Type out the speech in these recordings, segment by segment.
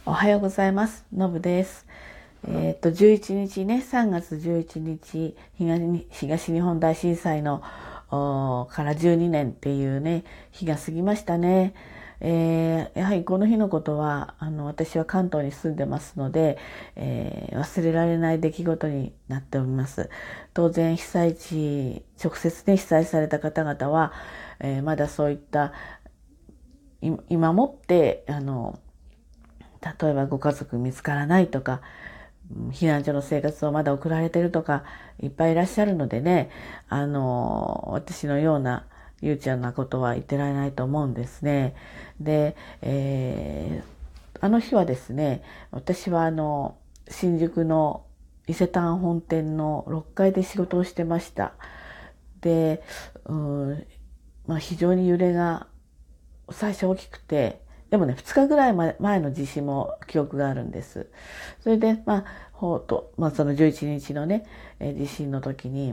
おはようございます。のぶです。11日ね、3月11日、東日本大震災のから12年っていうね、日が過ぎましたね。やはりこの日のことは、私は関東に住んでますので、忘れられない出来事になっております。当然被災地、直接ね、被災された方々は、まだそういった、今もって、例えばご家族見つからないとか、避難所の生活をまだ送られてるとか、いっぱいいらっしゃるのでね、私のような悠長なことは言ってられないと思うんですね。で、あの日はですね、私は新宿の伊勢丹本店の6階で仕事をしてました。で、非常に揺れが最初大きくて、でもね、2日ぐらい前の地震も記憶があるんです。それで、その11日のね、地震の時に、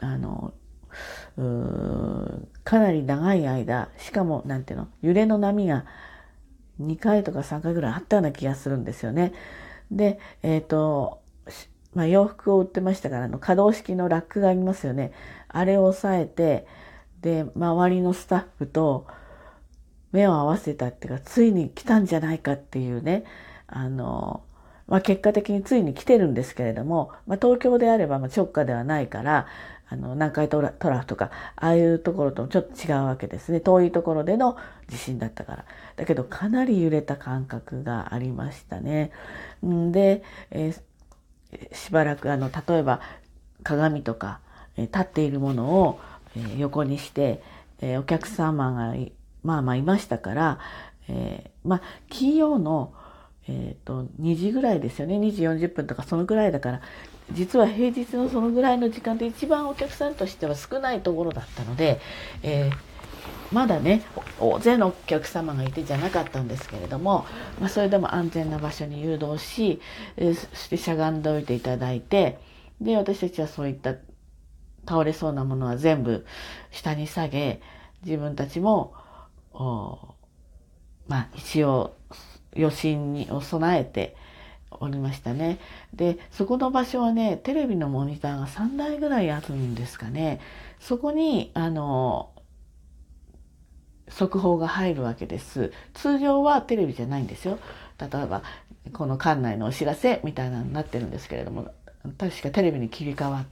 かなり長い間、しかも、揺れの波が2回とか3回ぐらいあったような気がするんですよね。で、洋服を売ってましたから、可動式のラックがありますよね。あれを押さえて、で、周りのスタッフと、目を合わせたっていうか、ついに来たんじゃないかっていうね、結果的についに来てるんですけれども、東京であれば直下ではないから、南海トラフとか、ああいうところとちょっと違うわけですね。遠いところでの地震だったから。だけど、かなり揺れた感覚がありましたね。で、しばらく、例えば、鏡とか、立っているものを、横にして、お客様がいましたから、金曜の、2時ぐらいですよね。2時40分とかそのぐらいだから、実は平日のそのぐらいの時間で一番お客さんとしては少ないところだったので、まだね、大勢のお客様がいてじゃなかったんですけれども、それでも安全な場所に誘導し、そしてしゃがんでおいていただいて、で、私たちはそういった倒れそうなものは全部下に下げ、自分たちも、一応余震を備えておりましたね。で、そこの場所はね、テレビのモニターが3台ぐらいあるんですかね。そこに、速報が入るわけです。通常はテレビじゃないんですよ。例えば、この館内のお知らせみたいなのになってるんですけれども、確かテレビに切り替わって、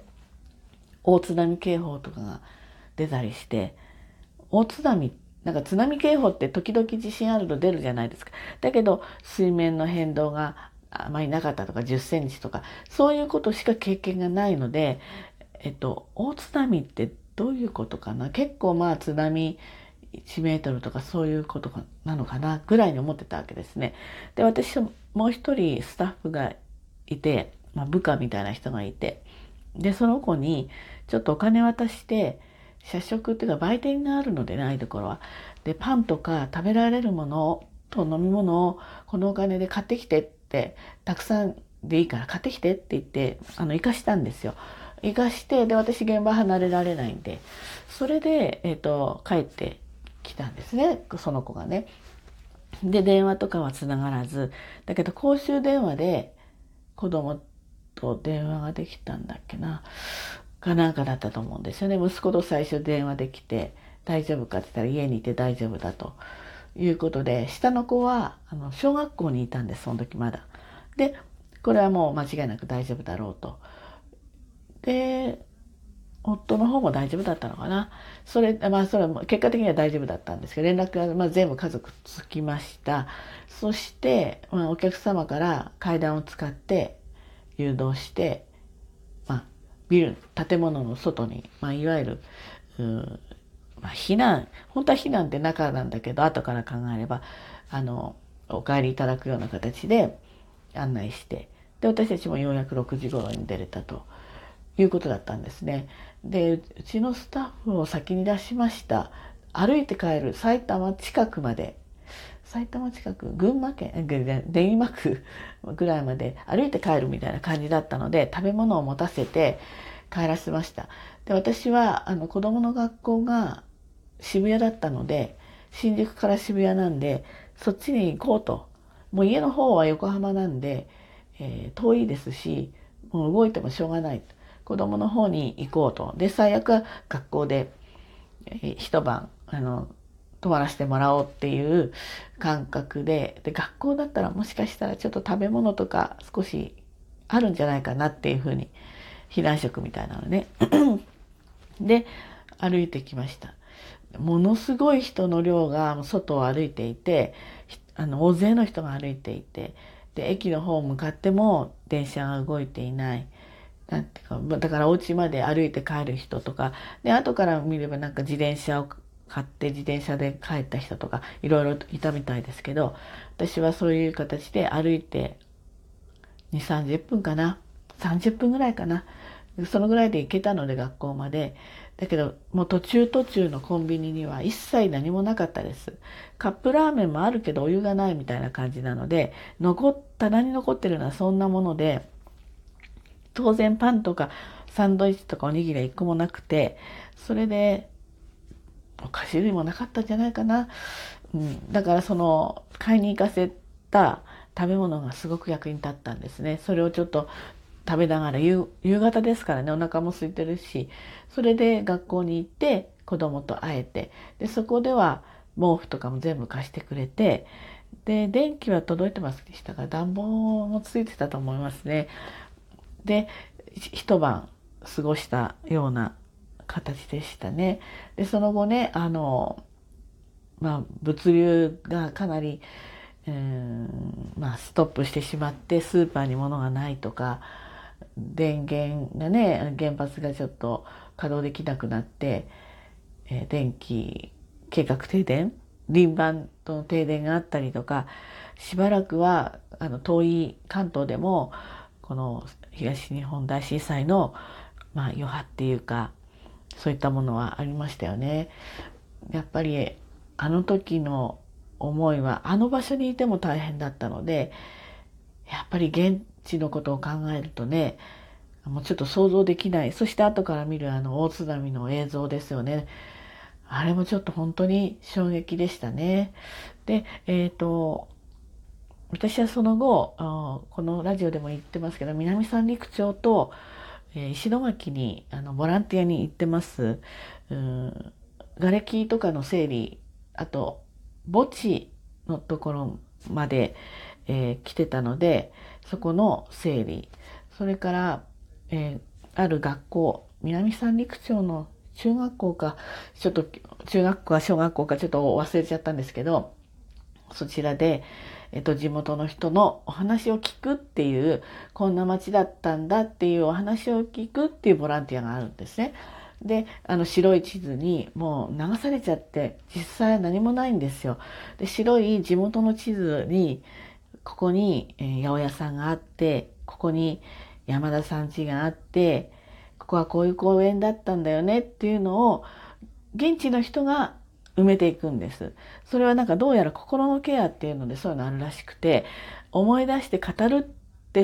大津波警報とかが出たりして、大津波、津波警報って時々地震あると出るじゃないですか。だけど水面の変動があまりなかったとか10センチとか、そういうことしか経験がないので、大津波ってどういうことかな。結構津波1メートルとかそういうことなのかなぐらいに思ってたわけですね。で、私はもう一人スタッフがいて、部下みたいな人がいて、で、その子にちょっとお金渡して、社食っていうか売店があるのでないところは。で、パンとか食べられるものと飲み物をこのお金で買ってきてって、たくさんでいいから買ってきてって言って、生かしたんですよ。生かして、で、私現場離れられないんで、それで、帰ってきたんですね、その子がね。で、電話とかは繋がらず、だけど公衆電話で子供と電話ができたんだっけな。かなんかだったと思うんですよね。息子と最初電話できて、大丈夫かって言ったら家にいて大丈夫だということで、下の子は小学校にいたんです、その時まだ。で、これはもう間違いなく大丈夫だろうと。で、夫の方も大丈夫だったのかな。それは結果的には大丈夫だったんですけど、連絡が全部家族つきました。そして、お客様から階段を使って誘導して、建物の外に、いわゆる、本当は避難って中なんだけど、後から考えれば、お帰りいただくような形で案内して、で、私たちもようやく6時頃に出れたということだったんですね。で、うちのスタッフを先に出しました。歩いて帰る埼玉近くまで、群馬県、練馬区ぐらいまで歩いて帰るみたいな感じだったので、食べ物を持たせて帰らせました。で、私は、子供の学校が渋谷だったので、新宿から渋谷なんで、そっちに行こうともう家の方は横浜なんで、遠いですし、もう動いてもしょうがない。子供の方に行こうと。で、最悪は学校で、一晩、泊まらせてもらおうっていう感覚で、学校だったらもしかしたらちょっと食べ物とか少しあるんじゃないかなっていうふうに、避難食みたいなのね。で、歩いてきました。ものすごい人の量が外を歩いていて、大勢の人が歩いていて、で、駅の方向かっても電車が動いていない。なんていうか、だからお家まで歩いて帰る人とか、で、後から見ればなんか自転車を買って自転車で帰った人とか、いろいろいたみたいですけど、私はそういう形で歩いて2、30分かな。30分ぐらいかな。そのぐらいで行けたので学校まで。だけど、もう途中のコンビニには一切何もなかったです。カップラーメンもあるけどお湯がないみたいな感じなので、棚に残ってるのはそんなもので、当然パンとかサンドイッチとかおにぎりは一個もなくて、それで、お菓子類もなかったんじゃないかな。だから買いに行かせた食べ物がすごく役に立ったんですね。それをちょっと食べながら夕方ですからね、お腹も空いてるし、それで学校に行って子供と会えて、で、そこでは毛布とかも全部貸してくれて、で、電気は届いてますでしたが、暖房もついてたと思いますね。で、一晩過ごしたような形でしたね。で、その後ね、物流がかなり、ストップしてしまって、スーパーに物がないとか、電源がね、原発がちょっと稼働できなくなって、電気計画停電、輪番との停電があったりとか、しばらくは遠い関東でもこの東日本大震災の余波っていうか、そういったものはありましたよね。やっぱりあの時の思いはあの場所にいても大変だったので、やっぱり現地のことを考えるとね、もうちょっと想像できない。そして後から見る大津波の映像ですよね。あれもちょっと本当に衝撃でしたね。で、私はその後、このラジオでも言ってますけど、南三陸町と、石巻にボランティアに行ってます。瓦礫とかの整理、あと墓地のところまで、来てたので、そこの整理、それから、ある学校、南三陸町の中学校か、ちょっと中学校か小学校かちょっと忘れちゃったんですけど、そちらで、地元の人のお話を聞くっていう、こんな街だったんだっていうお話を聞くっていうボランティアがあるんですね。で、白い地図にもう流されちゃって、実際は何もないんですよ。で、白い地元の地図に、ここに、八百屋さんがあって、ここに山田さん家があって、ここはこういう公園だったんだよねっていうのを、現地の人が埋めていくんです。それはなんかどうやら心のケアっていうのでそういうのあるらしくて、思い出して語るって、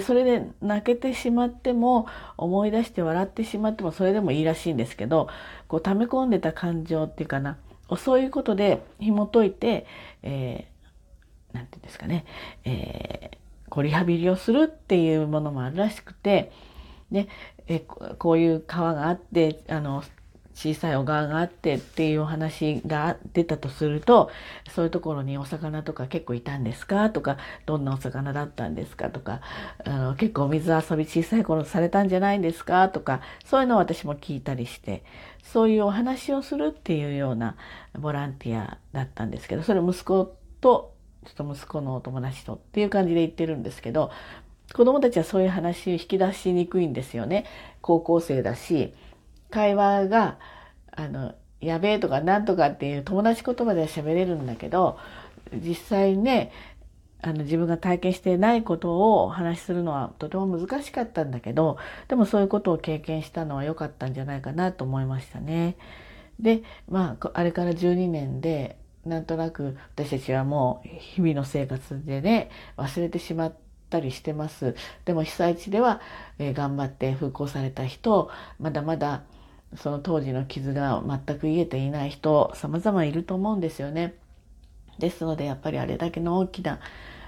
それで泣けてしまっても、思い出して笑ってしまってもそれでもいいらしいんですけど、こう溜め込んでた感情っていうかな、そういうことで紐解いて、なんていうんですかね、こうリハビリをするっていうものもあるらしくて、で、こういう川があって、小さい小川があってっていうお話が出たとすると、そういうところにお魚とか結構いたんですかとか、どんなお魚だったんですかとか、結構水遊び小さい頃されたんじゃないんですかとか、そういうのを私も聞いたりして、そういうお話をするっていうようなボランティアだったんですけど、それ息子と、ちょっと息子のお友達とっていう感じで言ってるんですけど、子供たちはそういう話を引き出しにくいんですよね。高校生だし、会話が、やべえとかなんとかっていう友達言葉では喋れるんだけど、実際ね、自分が体験してないことをお話しするのはとても難しかったんだけど、でもそういうことを経験したのは良かったんじゃないかなと思いましたね。で、あれから12年で、なんとなく私たちはもう日々の生活でね、忘れてしまったりしてます。でも被災地では、頑張って復興された人、まだまだその当時の傷が全く癒えていない人、様々いると思うんですよね。ですのでやっぱりあれだけの大きな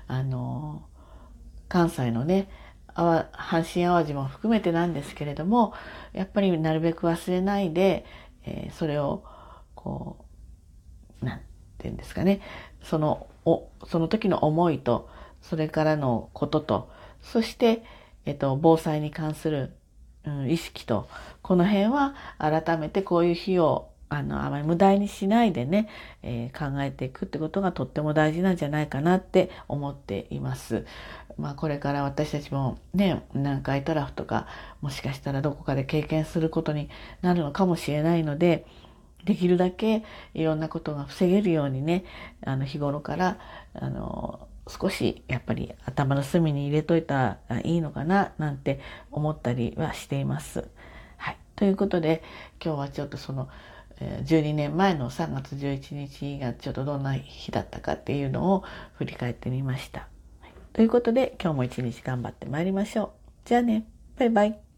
関西のね、阪神・淡路も含めてなんですけれども、やっぱりなるべく忘れないで、それをこう、なんていうんですかね、その時の思いと、それからのことと、そして、防災に関する、意識と、この辺は改めてこういう日をあまり無駄にしないでね、考えていくってことがとっても大事なんじゃないかなって思っています。これから私たちもね、南海トラフとか、もしかしたらどこかで経験することになるのかもしれないので、できるだけいろんなことが防げるようにね、日頃から、少しやっぱり頭の隅に入れといたらいいのかな、なんて思ったりはしています。はい。ということで、今日はちょっと12年前の3月11日がちょっとどんな日だったかっていうのを振り返ってみました。はい、ということで、今日も一日頑張ってまいりましょう。じゃあね、バイバイ。